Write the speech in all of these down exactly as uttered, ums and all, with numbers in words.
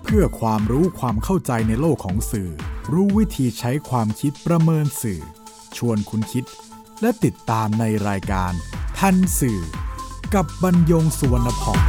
เพื่อความรู้ความเข้าใจในโลกของสื่อรู้วิธีใช้ความคิดประเมินสื่อชวนคุณคิดและติดตามในรายการทันสื่อกับบรรยงสุวรรณพร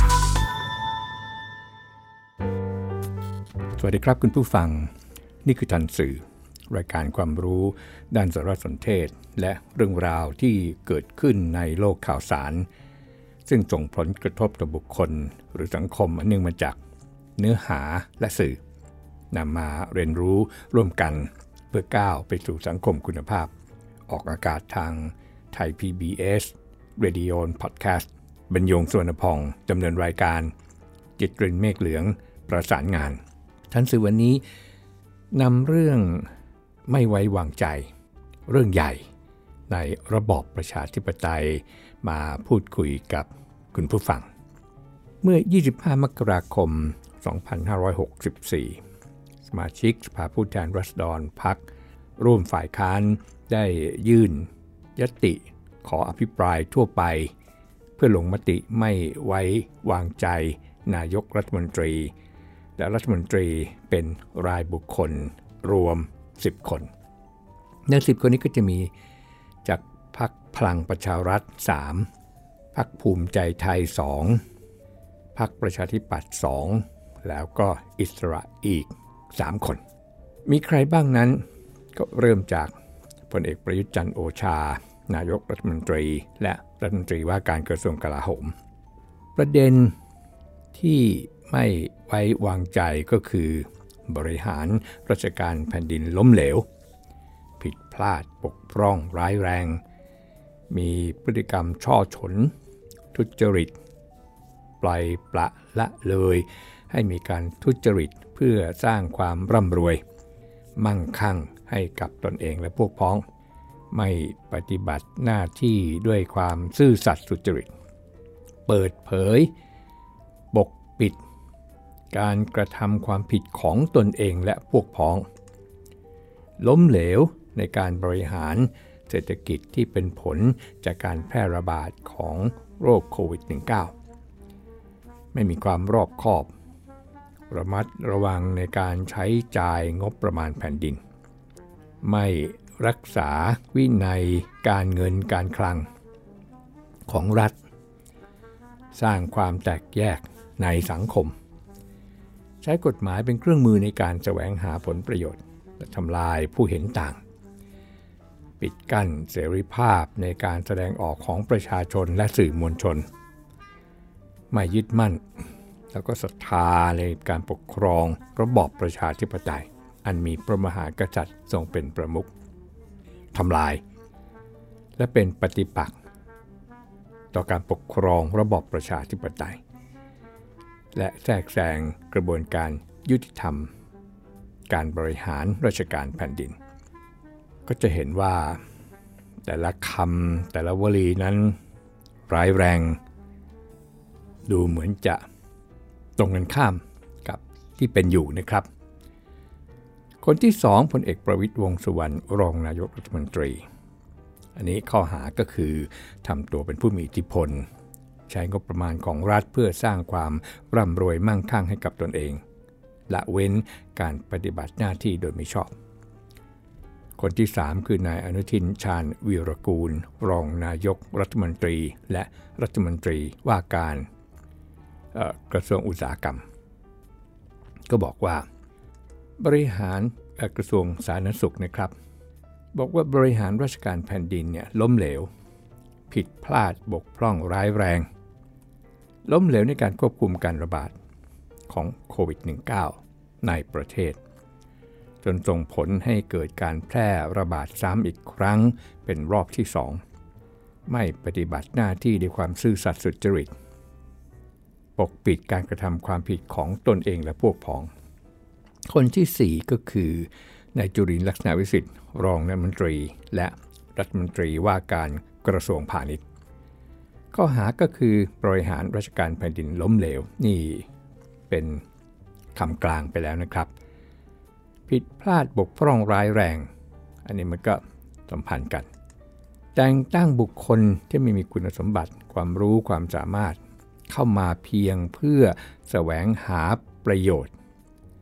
สวัสดีครับคุณผู้ฟังนี่คือทันสื่อรายการความรู้ด้านสารสนเทศและเรื่องราวที่เกิดขึ้นในโลกข่าวสารซึ่งส่งผลกระทบต่อบุคคลหรือสังคมอันเนื่องมาจากเนื้อหาและสื่อนำมาเรียนรู้ร่วมกันเพื่อก้าวไปสู่สังคมคุณภาพออกอากาศทางไทย พี บี เอส Radio Podcast บรรยงสุวรรณพงษ์ดำเนินรายการจิตรินเมฆเหลืองประสานงานทันสื่อวันนี้นำเรื่องไม่ไว้วางใจเรื่องใหญ่ในระบอบประชาธิปไตยมาพูดคุยกับคุณผู้ฟังเมื่อยี่สิบห้ามกราคมสองพันห้าร้อยหกสิบสี่สมาชิกสภาผู้แทนราษฎรพรรคร่วมฝ่ายค้านได้ยื่นยติขออภิปรายทั่วไปเพื่อลงมติไม่ไว้วางใจนายกรัฐมนตรีและรัฐมนตรีเป็นรายบุคคลรวมสิบคนในสิบคนนี้ก็จะมีจากพรรคพลังประชารัฐสามพรรคภูมิใจไทยสองพรรคประชาธิปัตย์สองแล้วก็อิสระอีกสามคนมีใครบ้างนั้นก็เริ่มจากพลเอกประยุทธ์จันทร์โอชานายกรัฐมนตรีและรัฐมนตรีว่าการกระทรวงกลาโหมประเด็นที่ไม่ไว้วางใจก็คือบริหารราชการแผ่นดินล้มเหลวผิดพลาดบกพร่องร้ายแรงมีพฤติกรรมช่อฉนทุจริตปล่อยปละละเลยให้มีการทุจริตเพื่อสร้างความร่ำรวยมั่งคั่งให้กับตนเองและพวกพ้องไม่ปฏิบัติหน้าที่ด้วยความซื่อสัตย์สุจริตเปิดเผยปกปิดการกระทำความผิดของตนเองและพวกพ้องล้มเหลวในการบริหารเศรษฐกิจที่เป็นผลจากการแพร่ระบาดของโรคโควิด สิบเก้า ไม่มีความรอบคอบระมัดระวังในการใช้จ่ายงบประมาณแผ่นดินไม่รักษาวินัยการเงินการคลังของรัฐสร้างความแตกแยกในสังคมใช้กฎหมายเป็นเครื่องมือในการแสวงหาผลประโยชน์และทำลายผู้เห็นต่างปิดกั้นเสรีภาพในการแสดงออกของประชาชนและสื่อมวลชนไม่ยึดมั่นแล้วก็ศรัทธาในการปกครองระบอบประชาธิปไตยอันมีพระมหากษัตริย์ทรงเป็นประมุขทำลายและเป็นปฏิปักษ์ต่อการปกครองระบอบประชาธิปไตยและแทรกแซงกระบวนการยุติธรรมการบริหารราชการแผ่นดินก็จะเห็นว่าแต่ละคำแต่ละวลีนั้นร้ายแรงดูเหมือนจะตรงกันข้ามกับที่เป็นอยู่นะครับคนที่สองพลเอกประวิตรวงษ์สุวรรณรองนายกรัฐมนตรีอันนี้ข้อหาก็คือทำตัวเป็นผู้มีอิทธิพลใช้งบประมาณของรัฐเพื่อสร้างความร่ำรวยมั่งคั่งให้กับตนเองละเว้นการปฏิบัติหน้าที่โดยมิชอบคนที่สามคือนายอนุทินชาญวีรกูลรองนายกรัฐมนตรีและรัฐมนตรีว่าการกระทรวงอุตสาหกรรมก็บอกว่าบริหารกระทรวงสาธารณสุขนะครับบอกว่าบริหารราชการแผ่นดินเนี่ยล้มเหลวผิดพลาดบกพร่องร้ายแรงล้มเหลวในการควบคุมการระบาดของโควิด สิบเก้า ในประเทศจนส่งผลให้เกิดการแพร่ระบาดซ้ำอีกครั้งเป็นรอบที่สองไม่ปฏิบัติหน้าที่ด้วยความซื่อสัตย์สุจริตปกปิดการกระทำความผิดของตนเองและพวกพ้องคนที่สี่ก็คือนายจุรินทร์ลักษณะวิสิทธิ์รองรัฐมนตรีและรัฐมนตรีว่าการกระทรวงพาณิชย์ข้อหาก็คือบริหารราชการแผ่นดินล้มเหลวนี่เป็นคำกลางไปแล้วนะครับผิดพลาดบกพร่องร้ายแรงอันนี้มันก็สัมพันธ์กันแต่งตั้งบุคคลที่ไม่มีคุณสมบัติความรู้ความสามารถเข้ามาเพียงเพื่อแสวงหาประโยชน์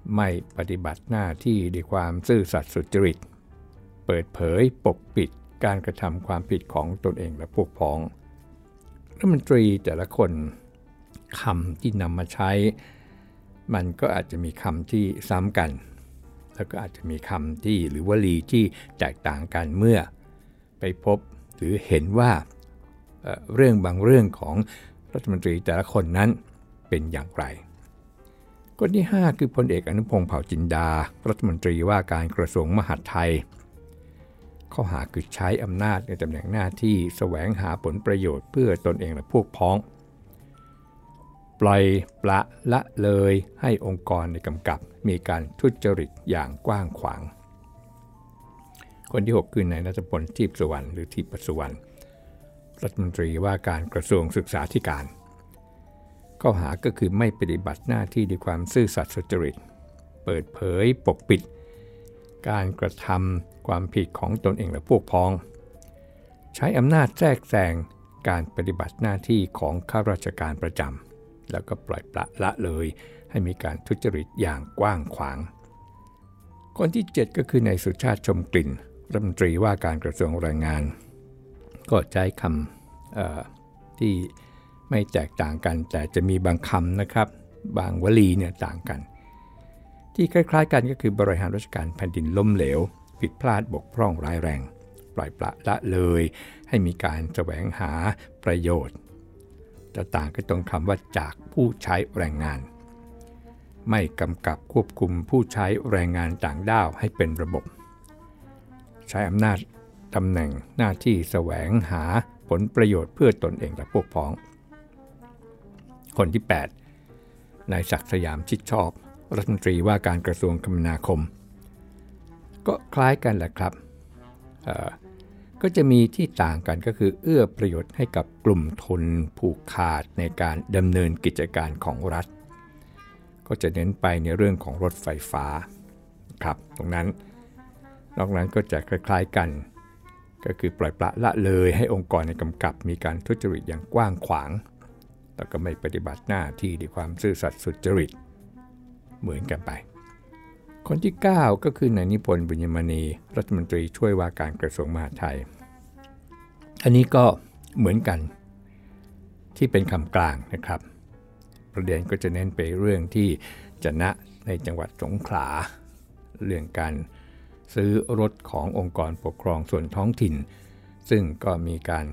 ไม่ปฏิบัติหน้าที่ด้วยความซื่อสัตย์สุจริตเปิดเผยปกปิดการกระทำความผิดของตนเองและพวกพ้องรัฐมนตรีแต่ละคนคำที่นำมาใช้มันก็อาจจะมีคำที่ซ้ำกันแล้วก็อาจจะมีคำที่หรือวลีที่แตกต่างกันเมื่อไปพบหรือเห็นว่า เอ่อ เรื่องบางเรื่องของรัฐมนตรีแต่ละคนนั้นเป็นอย่างไรคนที่ห้าคือพลเอกอนุพงษ์เผ่าจินดารัฐมนตรีว่าการกระทรวงมหาดไทยข้อหาคือใช้อำนาจในตำแหน่งหน้าที่แสวงหาผลประโยชน์เพื่อตนเองและพวกพ้องปล่อยปละละเลยให้องค์กรในกำกับมีการทุจริตอย่างกว้างขวางคนที่หกคือนายณัฐพลทิพย์สุวรรณหรือทิพย์สุวรรณรัฐมนตรีว่าการกระทรวงศึกษาธิการข้อหาก็คือไม่ปฏิบัติหน้าที่ด้วยความซื่อสัตย์สุจริตเปิดเผยปกปิดการกระทำความผิดของตนเองและพวกพ้องใช้อำนาจแทรกแซงการปฏิบัติหน้าที่ของข้าราชการประจำแล้วก็ปล่อยปละละเลยให้มีการทุจริตอย่างกว้างขวางคนที่เจ็ดก็คือนายสุชาติชมกลิ่นรัฐมนตรีว่าการกระทรวงแรงงานก็ใช้คำที่ไม่แตกต่างกันแต่จะมีบางคำนะครับบางวลีเนี่ยต่างกันที่คล้ายๆกันก็คือบริหารราชการแผ่นดินล้มเหลวผิดพลาดบกพร่องร้ายแรงปล่อยปละละเลยให้มีการแสวงหาประโยชน์จะต่างกันตรงคำว่าจากผู้ใช้แรงงานไม่กำกับควบคุมผู้ใช้แรงงานต่างด้าวให้เป็นระบบใช้อำนาจตำแหน่งหน้าที่แสวงหาผลประโยชน์เพื่อตนเองและพวกพ้องคนที่แปดนายศักดิ์สยามชิดชอบรัฐมนตรีว่าการกระทรวงคมนาคมก็คล้ายกันแหละครับก็จะมีที่ต่างกันก็คือเอื้อประโยชน์ให้กับกลุ่มทุนผูกขาดในการดำเนินกิจการของรัฐก็จะเน้นไปในเรื่องของรถไฟฟ้าครับตรงนั้นนอกนั้นก็จะคล้ายๆกันก็คือปล่อยปละละเลยให้องค์กรในกำกับมีการทุจริตอย่างกว้างขวางแล้วก็ไม่ปฏิบัติหน้าที่ด้วยความซื่อสัตย์สุจริตเหมือนกันไปคนที่เก้าก็คือนายนิพนธ์บุญยมณีรัฐมนตรีช่วยว่าการกระทรวงมหาดไทยอันนี้ก็เหมือนกันที่เป็นคำกลางนะครับประเด็นก็จะเน้นไปเรื่องที่จะณในจังหวัดสงขลาเรื่องการซื้อรถขององค์กรปกครองส่วนท้องถิ่นซึ่งก็มีการ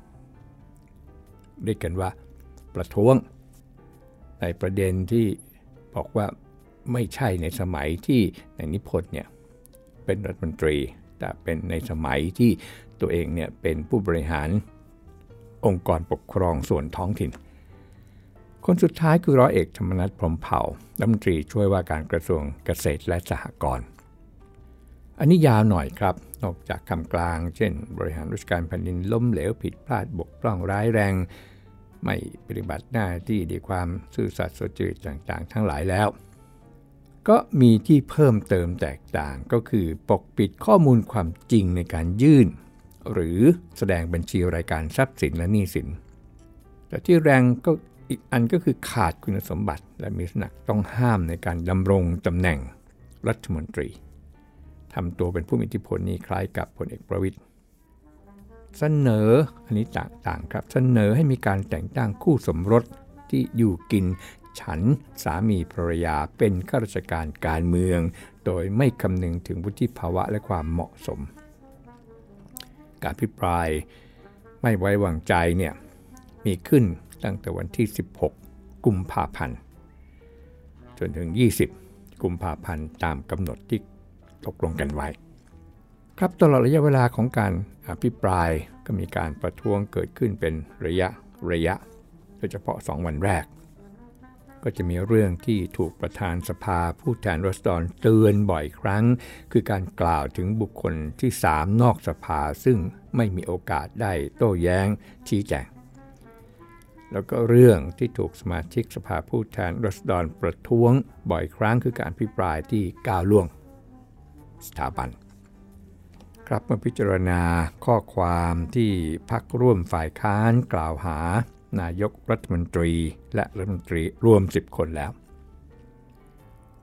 เรียกกันว่าประท้วงในประเด็นที่บอกว่าไม่ใช่ในสมัยที่นายนิพนธ์เนี่ยเป็นรัฐมนตรีแต่เป็นในสมัยที่ตัวเองเนี่ยเป็นผู้บริหารองค์กรปกครองส่วนท้องถิ่นคนสุดท้ายคือร้อยเอกธรรมนัส พรหมเผ่ารัฐมนตรีช่วยว่าการกระทรวงเกษตรและสหกรณ์อันนี้ยาวหน่อยครับนอกจากคำกลางเช่นบริหารราชการแผ่นดินล้มเหลวผิดพลาดบกพร่องร้ายแรงไม่ปฏิบัติหน้าที่ด้วยความซื่อสัตย์สุจริตต่างๆทั้งหลายแล้วก็มีที่เพิ่มเติมแตกต่างก็คือปกปิดข้อมูลความจริงในการยื่นหรือแสดงบัญชีรายการทรัพย์สินและหนี้สินแต่ที่แรงก็อีกอันก็คือขาดคุณสมบัติและมีลักษณะต้องห้ามในการดำรงตำแหน่งรัฐมนตรีทำตัวเป็นผู้มีอิทธิพลนี่คล้ายกับพลเอกประวิตรเสนออันนี้ต่างๆครับเสนอให้มีการแต่งตั้งคู่สมรสที่อยู่กินฉันสามีภรรยาเป็นข้าราชการการเมืองโดยไม่คำนึงถึงวุฒิภาวะและความเหมาะสมการอภิปรายไม่ไว้วางใจเนี่ยมีขึ้นตั้งแต่วันที่สิบหกกุมภาพันธ์จนถึงยี่สิบกุมภาพันธ์ตามกำหนดที่ตกลงกันไว้ครับตลอดระยะเวลาของการอภิปรายก็มีการประท้วงเกิดขึ้นเป็นระยะระยะโดยเฉพาะสองวันแรกก็จะมีเรื่องที่ถูกประธานสภาผู้แทนราษฎรเตือนบ่อยครั้งคือการกล่าวถึงบุคคลที่สามนอกสภาซึ่งไม่มีโอกาสได้โต้แย้งชี้แจงแล้วก็เรื่องที่ถูกสมาชิกสภาผู้แทนราษฎรประท้วงบ่อยครั้งคือการอภิปรายที่ก้าวล่วงสถาบันครับเมื่อพิจารณาข้อความที่พรรคร่วมฝ่ายค้านกล่าวหานายกรัฐมนตรีและรัฐมนตรีรวมสิบคนแล้ว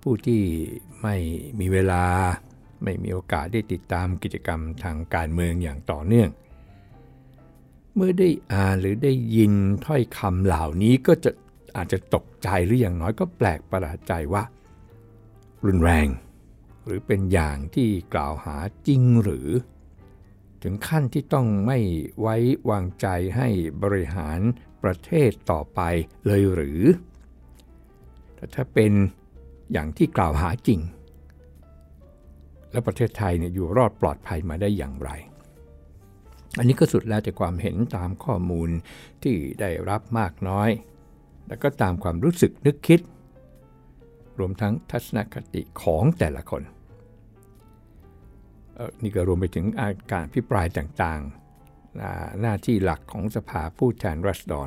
ผู้ที่ไม่มีเวลาไม่มีโอกาสได้ติดตามกิจกรรมทางการเมืองอย่างต่อเนื่องเมื่อได้อ่านหรือได้ยินถ้อยคำเหล่านี้ก็จะอาจจะตกใจหรืออย่างน้อยก็แปลกประหลาดใจว่ารุนแรงหรือเป็นอย่างที่กล่าวหาจริงหรือถึงขั้นที่ต้องไม่ไว้วางใจให้บริหารประเทศต่อไปเลยหรือแต่ถ้าเป็นอย่างที่กล่าวหาจริงแล้วประเทศไทยเนี่ยอยู่รอดปลอดภัยมาได้อย่างไรอันนี้ก็สุดแล้วแต่ความเห็นตามข้อมูลที่ได้รับมากน้อยแล้วก็ตามความรู้สึกนึกคิดรวมทั้งทัศนคติของแต่ละคนเอ่อนี่ก็รวมไปถึงการอภิปรายต่างๆหน้าที่หลักของสภาผู้แทนราษฎร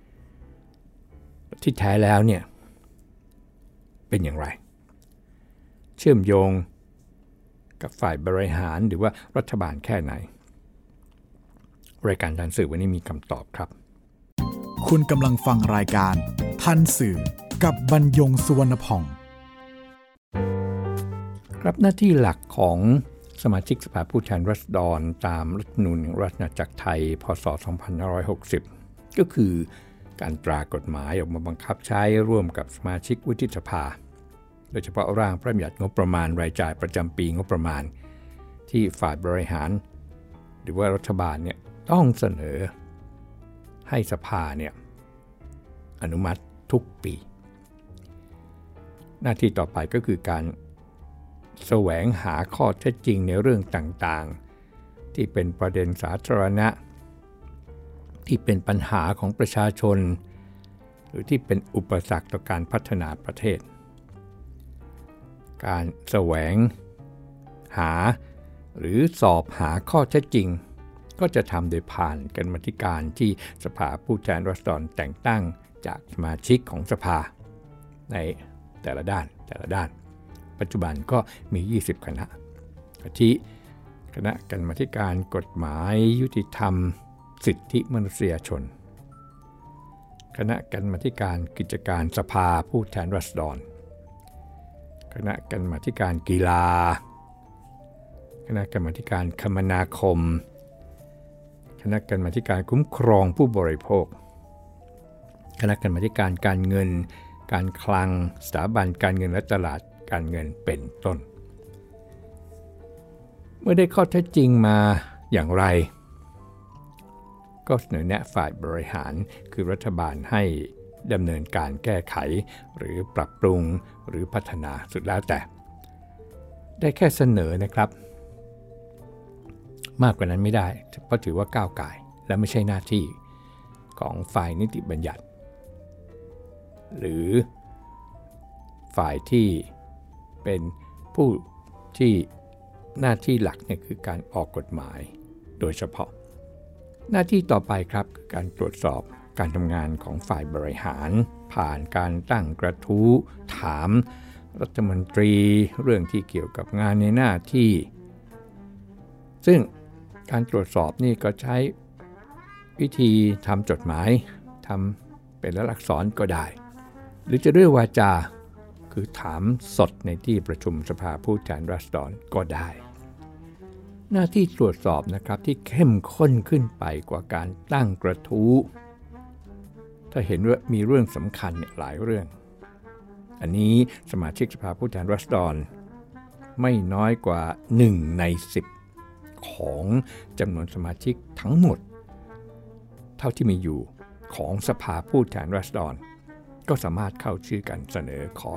ที่แท้แล้วเนี่ยเป็นอย่างไรเชื่อมโยงกับฝ่ายบริหารหรือว่ารัฐบาลแค่ไหนรายการทันสื่อวันนี้มีคำตอบครับคุณกำลังฟังรายการทันสื่อกับบรรยงสุวรรณพองครับหน้าที่หลักของสมาชิกสภาผู้แทนราษฎรตามรัฐธรรมนูญแห่งราชอาณาจักรไทยพ.ศ. สองพันห้าร้อยหกสิบก็คือการตรากฎหมายออกมาบังคับใช้ร่วมกับสมาชิกวุฒิสภาโดยเฉพาะร่างพระราชบัญญัติงบประมาณรายจ่ายประจำปีงบประมาณที่ฝ่ายบริหารหรือว่ารัฐบาลเนี่ยต้องเสนอให้สภาเนี่ยอนุมัติทุกปีหน้าที่ต่อไปก็คือการแสวงหาข้อเท็จจริงในเรื่องต่างๆที่เป็นประเด็นสาธารณะที่เป็นปัญหาของประชาชนหรือที่เป็นอุปสรรคต่อการพัฒนาประเทศการแสวงหาหรือสอบหาข้อเท็จจริงก็จะทำโดยผ่านกรรมาธิการที่สภาผู้แทนราษฎรแต่งตั้งจากสมาชิกของสภาในแต่ละด้านแต่ละด้านปัจจุบันก็มียี่สิบคณะอาทิคณะกรรมาธิการกฎหมายยุติธรรมสิทธิมนุษยชนคณะกรรมาธิการกิจการสภาผู้แทนราษฎรคณะกรรมาธิการกีฬาคณะกรรมาธิการคมนาคมคณะกรรมาธิการคุ้มครองผู้บริโภคคณะกรรมาธิการการเงินการคลังสถาบันการเงินและตลาดการเงินเป็นต้นเมื่อได้ข้อเท็จจริงมาอย่างไรก็เสนอแนะฝ่ายบริหารคือรัฐบาลให้ดำเนินการแก้ไขหรือปรับปรุงหรือพัฒนาสุดแล้วแต่ได้แค่เสนอนะครับมากกว่านั้นไม่ได้เพราะถือว่าก้าวก่ายและไม่ใช่หน้าที่ของฝ่ายนิติบัญญัติหรือฝ่ายที่เป็นผู้ที่หน้าที่หลักเนี่ยคือการออกกฎหมายโดยเฉพาะหน้าที่ต่อไปครับคือการตรวจสอบการทำงานของฝ่ายบริหารผ่านการตั้งกระทู้ถามรัฐมนตรีเรื่องที่เกี่ยวกับงานในหน้าที่ซึ่งการตรวจสอบนี่ก็ใช้วิธีทำจดหมายทำเป็นลักษณ์อักษรก็ได้หรือจะด้วยวาจาคือถามสดในที่ประชุมสภาผู้แทนราษฎรก็ได้หน้าที่ตรวจสอบนะครับที่เข้มข้นขึ้นไปกว่าการตั้งกระทู้ถ้าเห็นว่ามีเรื่องสำคัญเนี่ยหลายเรื่องอันนี้สมาชิกสภาผู้แทนราษฎรไม่น้อยกว่าหนึ่งในสิบของจำนวนสมาชิกทั้งหมดเท่าที่มีอยู่ของสภาผู้แทนราษฎรก็สามารถเข้าชื่อกันเสนอขอ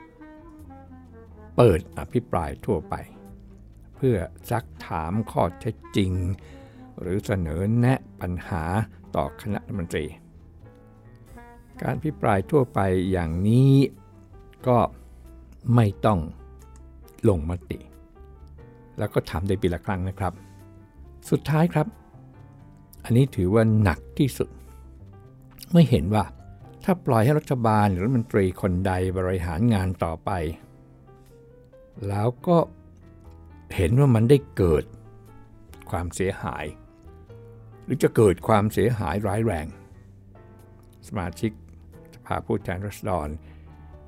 เปิดอภิปรายทั่วไปเพื่อซักถามข้อเท็จจริงหรือเสนอแนะปัญหาต่อคณะรัฐมนตรีการอภิปรายทั่วไปอย่างนี้ก็ไม่ต้องลงมติแล้วก็ทำได้ปีละครั้งนะครับสุดท้ายครับอันนี้ถือว่าหนักที่สุดไม่เห็นว่าถ้าปล่อยให้รัฐบาลหรือรัฐมนตรีคนใดบริหารงานต่อไปแล้วก็เห็นว่ามันได้เกิดความเสียหายหรือจะเกิดความเสียหายร้ายแรงสมาชิกสภาผู้แทนราษฎร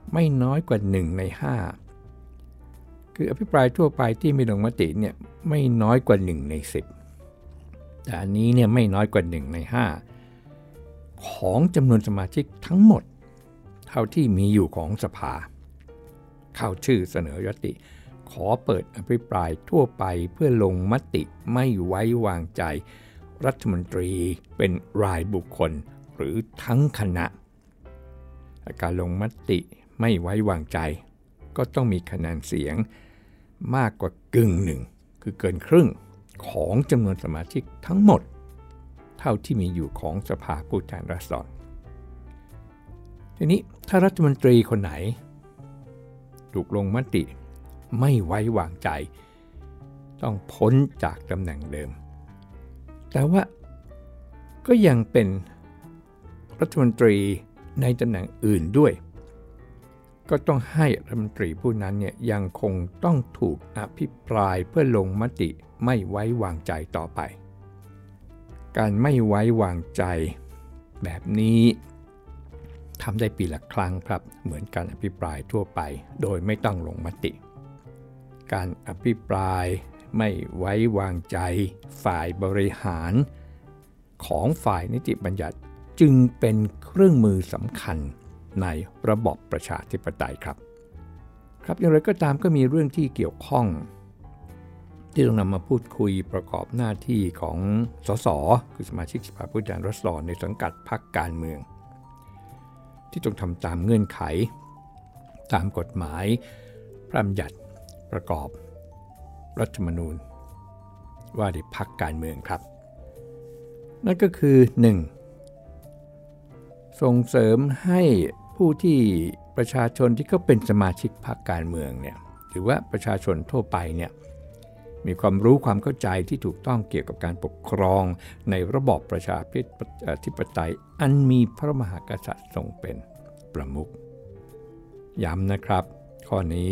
ไม่น้อยกว่าหนึ่งในห้าคืออภิปรายทั่วไปที่ไม่ลงมติเนี่ยไม่น้อยกว่าหนึ่งในสิบแต่อันนี้เนี่ยไม่น้อยกว่าหนึ่งในห้าของจำนวนสมาชิกทั้งหมดเท่าที่มีอยู่ของสภาเข้าชื่อเสนอยติขอเปิดอภิปรายทั่วไปเพื่อลงมติไม่ไว้วางใจรัฐมนตรีเป็นรายบุคคลหรือทั้งคณะการลงมติไม่ไว้วางใจก็ต้องมีคะแนนเสียงมากกว่ากึ่งหนึ่งคือเกินครึ่งของจำนวนสมาชิกทั้งหมดเท่าที่มีอยู่ของสภาผู้แทนราษฎรทีนี้ถ้ารัฐมนตรีคนไหนถูกลงมติไม่ไว้วางใจต้องพ้นจากตำแหน่งเดิมแต่ว่าก็ยังเป็นรัฐมนตรีในตำแหน่งอื่นด้วยก็ต้องให้รัฐมนตรีผู้นั้นเนี่ยยังคงต้องถูกอภิปรายเพื่อลงมติไม่ไว้วางใจต่อไปการไม่ไว้วางใจแบบนี้ทำได้ปีละครั้งครับเหมือนการอภิปรายทั่วไปโดยไม่ต้องลงมติการอภิปรายไม่ไว้วางใจฝ่ายบริหารของฝ่ายนิติบัญญัติจึงเป็นเครื่องมือสำคัญในระบอบประชาธิปไตยครับครับอย่างไรก็ตามก็มีเรื่องที่เกี่ยวข้องที่ต้องนำมาพูดคุยประกอบหน้าที่ของสสคือสมาชิกสภาผู้แทนราษฎรในสังกัดพรรคการเมืองที่ต้องทำตามเงื่อนไขตามกฎหมายพระบัญญัติประกอบรัฐธรรมนูญว่าด้วยพรรคการเมืองครับนั่นก็คือ หนึ่ง. ส่งเสริมให้ผู้ที่ประชาชนที่เขาเป็นสมาชิกพรรคการเมืองเนี่ยหรือว่าประชาชนทั่วไปเนี่ยมีความรู้ความเข้าใจที่ถูกต้องเกี่ยวกับการปกครองในระบอบประชาธิปไตยอันมีพระมหากษัตริย์ทรงเป็นประมุขย้ำนะครับข้อนี้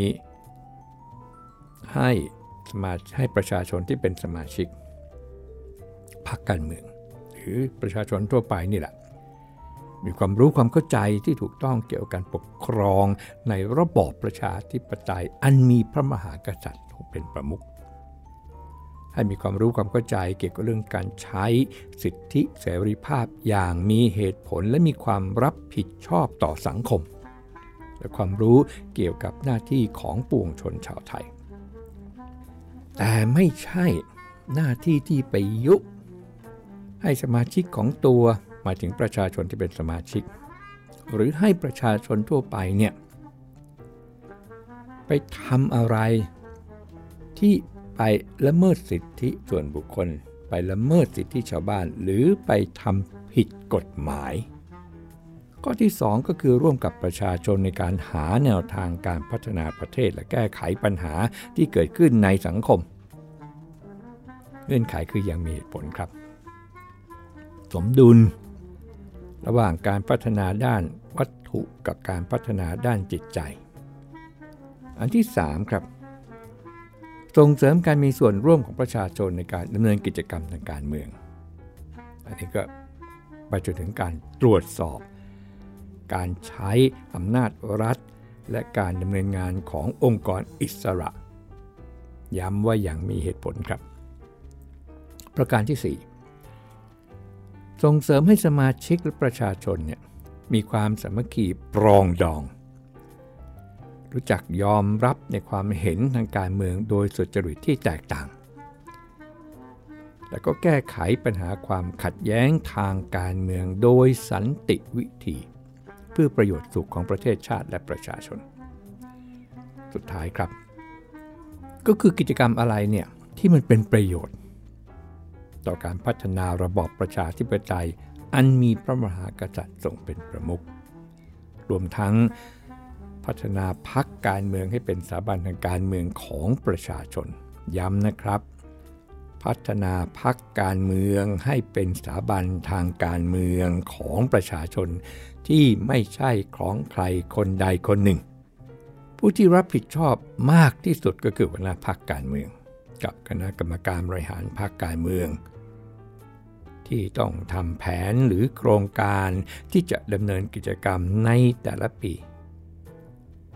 ให้สมาให้ประชาชนที่เป็นสมาชิกพรรคการเมืองหรือประชาชนทั่วไปนี่แหละมีความรู้ความเข้าใจที่ถูกต้องเกี่ยวกับการปกครองในระบอบประชาธิปไตยอันมีพระมหากษัตริย์เป็นประมุขให้มีความรู้ความเข้าใจเกี่ยวกับเรื่องการใช้สิทธิเสรีภาพอย่างมีเหตุผลและมีความรับผิดชอบต่อสังคมและความรู้เกี่ยวกับหน้าที่ของปวงชนชาวไทยแต่ไม่ใช่หน้าที่ที่ไปยุให้สมาชิกของตัวหมายถึงประชาชนที่เป็นสมาชิกหรือให้ประชาชนทั่วไปเนี่ยไปทำอะไรที่ไปละเมิดสิทธิส่วนบุคคลไปละเมิดสิทธิชาวบ้านหรือไปทำผิดกฎหมายข้อที่สองก็คือร่วมกับประชาชนในการหาแนวทางการพัฒนาประเทศและแก้ไขปัญหาที่เกิดขึ้นในสังคมเงื่อนไขคือยังมีเหตุผลครับสมดุลระหว่างการพัฒนาด้านวัตถุกับการพัฒนาด้านจิตใจอันที่สามครับส่งเสริมการมีส่วนร่วมของประชาชนในการดำเนินกิจกรรมทางการเมืองอันนี้ก็ไปจนถึงการตรวจสอบการใช้อำนาจรัฐและการดำเนินงานขององค์กรอิสระย้ำว่าอย่างมีเหตุผลครับประการที่สี่ส่งเสริมให้สมาชิกและประชาชนเนี่ยมีความสามัคคีปรองดองรู้จักยอมรับในความเห็นทางการเมืองโดยสุจริตที่แตกต่างและก็แก้ไขปัญหาความขัดแย้งทางการเมืองโดยสันติวิธีเพื่อประโยชน์สุขของประเทศชาติและประชาชนสุดท้ายครับก็คือกิจกรรมอะไรเนี่ยที่มันเป็นประโยชน์ต่อการพัฒนาระบอบประชาธิปไตยอันมีพระมหากษัตริย์ทรงเป็นประมุขรวมทั้งพัฒนาพรรคการเมืองให้เป็นสถาบันทางการเมืองของประชาชนย้ำนะครับพัฒนาพรรคการเมืองให้เป็นสถาบันทางการเมืองของประชาชนที่ไม่ใช่ของใครคนใดคนหนึ่งผู้ที่รับผิดชอบมากที่สุดก็คือหัวหน้าพรรคการเมืองกับคณะกรรมการบริหารพรรคการเมืองที่ต้องทำแผนหรือโครงการที่จะดำเนินกิจกรรมในแต่ละปี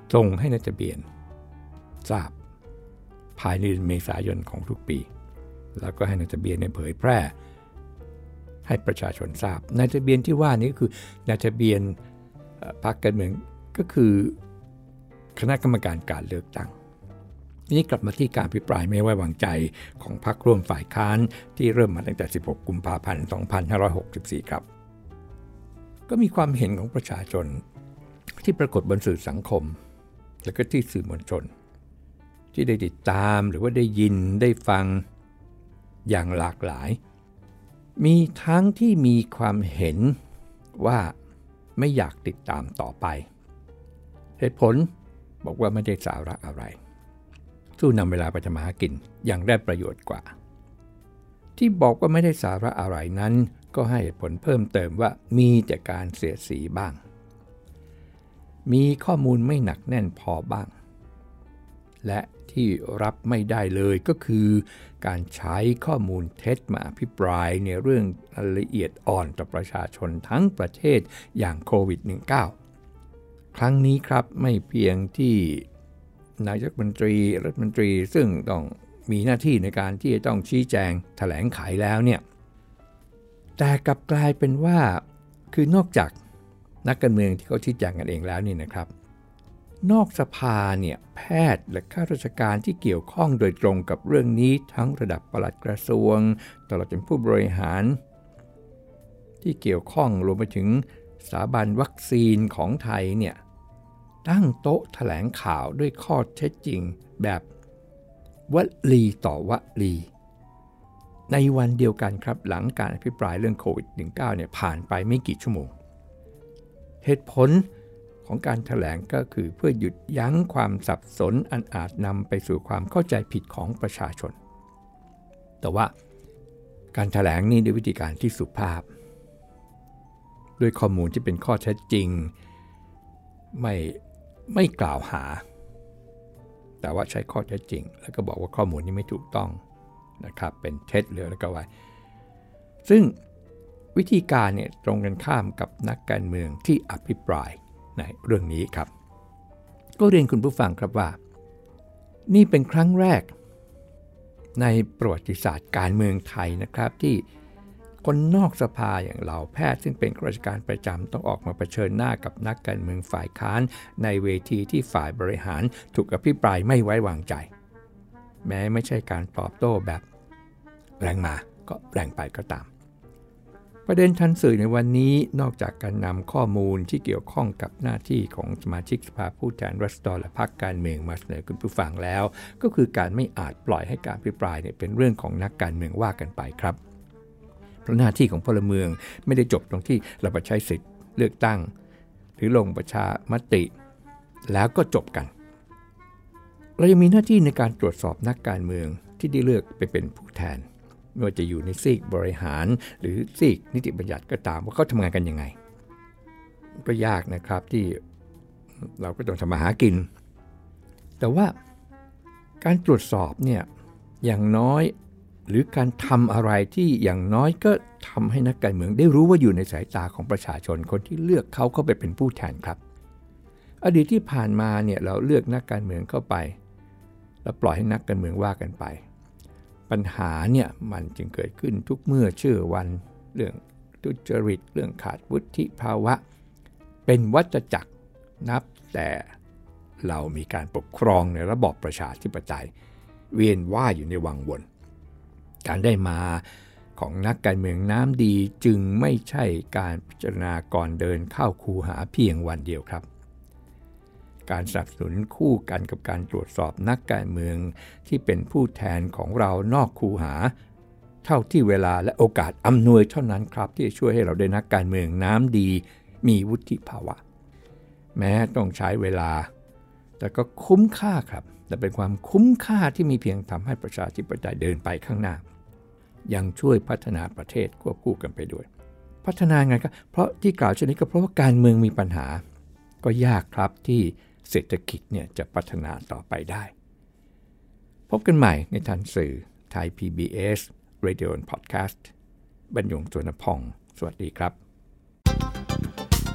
ส่งให้นายทะเบียนทราบภายในเดือนเมษายนของทุกปีแล้วก็ให้นายทะเบียนเนี่ยเผยแพร่ให้ประชาชนทราบนายทะเบียนที่ว่านี้ก็คือนายทะเบียนพรรคการเมืองก็คือคณะกรรมการการเลือกตั้งนี้กลับมาที่การอภิปรายไม่ไว้วางใจของพรรคร่วมฝ่ายค้านที่เริ่มมาตั้งแต่สิบหกกุมภาพันธ์สองพันห้าร้อยหกสิบสี่ครับก็มีความเห็นของประชาชนที่ปรากฏบนสื่อสังคมและก็ที่สื่อมวลชนที่ได้ติดตามหรือว่าได้ยินได้ฟังอย่างหลากหลายมีทั้งที่มีความเห็นว่าไม่อยากติดตามต่อไปเหตุผลบอกว่าไม่ได้สาระอะไรสู้นำเวลาไปทำมาหากินอย่างได้ประโยชน์กว่าที่บอกว่าไม่ได้สาระอะไรนั้นก็ให้เหตุผลเพิ่มเติมว่ามีแต่การเสียดสีบ้างมีข้อมูลไม่หนักแน่นพอบ้างและที่รับไม่ได้เลยก็คือการใช้ข้อมูลเท็จมาอภิปรายในเรื่องละเอียดอ่อนต่อประชาชนทั้งประเทศอย่างโควิด สิบเก้า ครั้งนี้ครับไม่เพียงที่นายกรัฐมนตรีรัฐมนตรีซึ่งต้องมีหน้าที่ในการที่จะต้องชี้แจงแถลงไขแล้วเนี่ยแต่กลับกลายเป็นว่าคือนอกจากนักการเมืองที่เขาชี้แจงกันเองแล้วนี่นะครับนอกสภาเนี่ยแพทย์และข้าราชการที่เกี่ยวข้องโดยตรงกับเรื่องนี้ทั้งระดับปลัดกระทรวงตลอดจนผู้บริหารที่เกี่ยวข้องรวมไปถึงสถาบันวัคซีนของไทยเนี่ยตั้งโต๊ะแถลงข่าวด้วยข้อเท็จจริงแบบวลีต่อวลีในวันเดียวกันครับหลังการอภิปรายเรื่องโควิด สิบเก้า เนี่ยผ่านไปไม่กี่ชั่วโมงเหตุผลของการแถลงก็คือเพื่อหยุดยั้งความสับสนอันอาจนำไปสู่ความเข้าใจผิดของประชาชนแต่ว่าการแถลงนี้ด้วยวิธีการที่สุภาพด้วยข้อมูลที่เป็นข้อเท็จจริงไม่ไม่กล่าวหาแต่ว่าใช้ข้อเท็จจริงแล้วก็บอกว่าข้อมูลนี้ไม่ถูกต้องนะครับเป็นเท็จเลยแล้วก็ไว้ซึ่งวิธีการเนี่ยตรงกันข้ามกับนักการเมืองที่อภิปรายในเรื่องนี้ครับก็เรียนคุณผู้ฟังครับว่านี่เป็นครั้งแรกในประวัติศาสตร์การเมืองไทยนะครับที่คนนอกสภาอย่างเหล่าแพทย์ซึ่งเป็นข้าราชการประจำต้องออกมาเผชิญหน้ากับนักการเมืองฝ่ายค้านในเวทีที่ฝ่ายบริหารถูกอภิปรายไม่ไว้วางใจแม้ไม่ใช่การตอบโต้แบบแรงมาก็แรงไปก็ตามประเด็นทันสื่อในวันนี้นอกจากการนำข้อมูลที่เกี่ยวข้องกับหน้าที่ของสมาชิกสภาผู้แทนราษฎรและพรรคการเมืองมาเสนอคุณผู้ฟังแล้วก็คือการไม่อาจปล่อยให้การอภิปรายเนี่ยเป็นเรื่องของนักการเมืองว่ากันไปครับเพราะหน้าที่ของพลเมืองไม่ได้จบตรงที่เราไปใช้สิทธิ์เลือกตั้งหรือลงประชามติแล้วก็จบกันเรายังมีหน้าที่ในการตรวจสอบนักการเมืองที่ได้เลือกไปเป็นผู้แทนไม่ว่าจะอยู่ในซีกบริหารหรือซีกนิติบัญญัติก็ตามว่าเขาทำงานกันยังไงก็ยากนะครับที่เราก็ต้องทำมาหากินแต่ว่าการตรวจสอบเนี่ยอย่างน้อยหรือการทำอะไรที่อย่างน้อยก็ทำให้นักการเมืองได้รู้ว่าอยู่ในสายตาของประชาชนคนที่เลือกเขาเข้าไปเป็นผู้แทนครับอดีตที่ผ่านมาเนี่ยเราเลือกนักการเมืองเข้าไปแล้วปล่อยให้นักการเมืองว่ากันไปปัญหาเนี่ยมันจึงเกิดขึ้นทุกเมื่อเชื่อวันเรื่องทุจริตเรื่องขาดวุฒิภาวะเป็นวัฏจักรนับแต่เรามีการปกครองในระบอบประชาธิปไตยเวียนว่ายอยู่ในวังวนการได้มาของนักการเมืองน้ำดีจึงไม่ใช่การพิจารณาก่อนเดินเข้าคูหาเพียงวันเดียวครับการสนับสนุนคู่กันกับการตรวจสอบนักการเมืองที่เป็นผู้แทนของเรานอกคูหาเท่าที่เวลาและโอกาสอำนวยเท่านั้นครับที่จะช่วยให้เราได้นักการเมืองน้ำดีมีวุฒิภาวะแม้ต้องใช้เวลาแต่ก็คุ้มค่าครับแต่เป็นความคุ้มค่าที่มีเพียงทำให้ประชาธิปไตยเดินไปข้างหน้ายังช่วยพัฒนาประเทศควบคู่กันไปด้วยพัฒนาไงครับเพราะที่กล่าวเช่นนี้ก็เพราะว่าการเมืองมีปัญหาก็ยากครับที่เศรษฐกิจเนี่ยจะพัฒนาต่อไปได้พบกันใหม่ในทันสื่อไทย พี บี เอส Radio and Podcast บรรยง สุวรรณพองสวัสดีครับ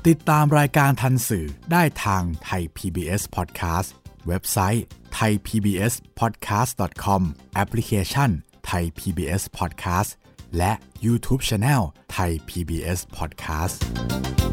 ติดตามรายการทันสื่อได้ทางไทย พี บี เอส Podcast เว็บไซต์ ไทย พี บี เอส พอดแคสต์ ดอท คอม แอปพลิเคชัน Thai พี บี เอส Podcast และ YouTube Channel Thai พี บี เอส Podcast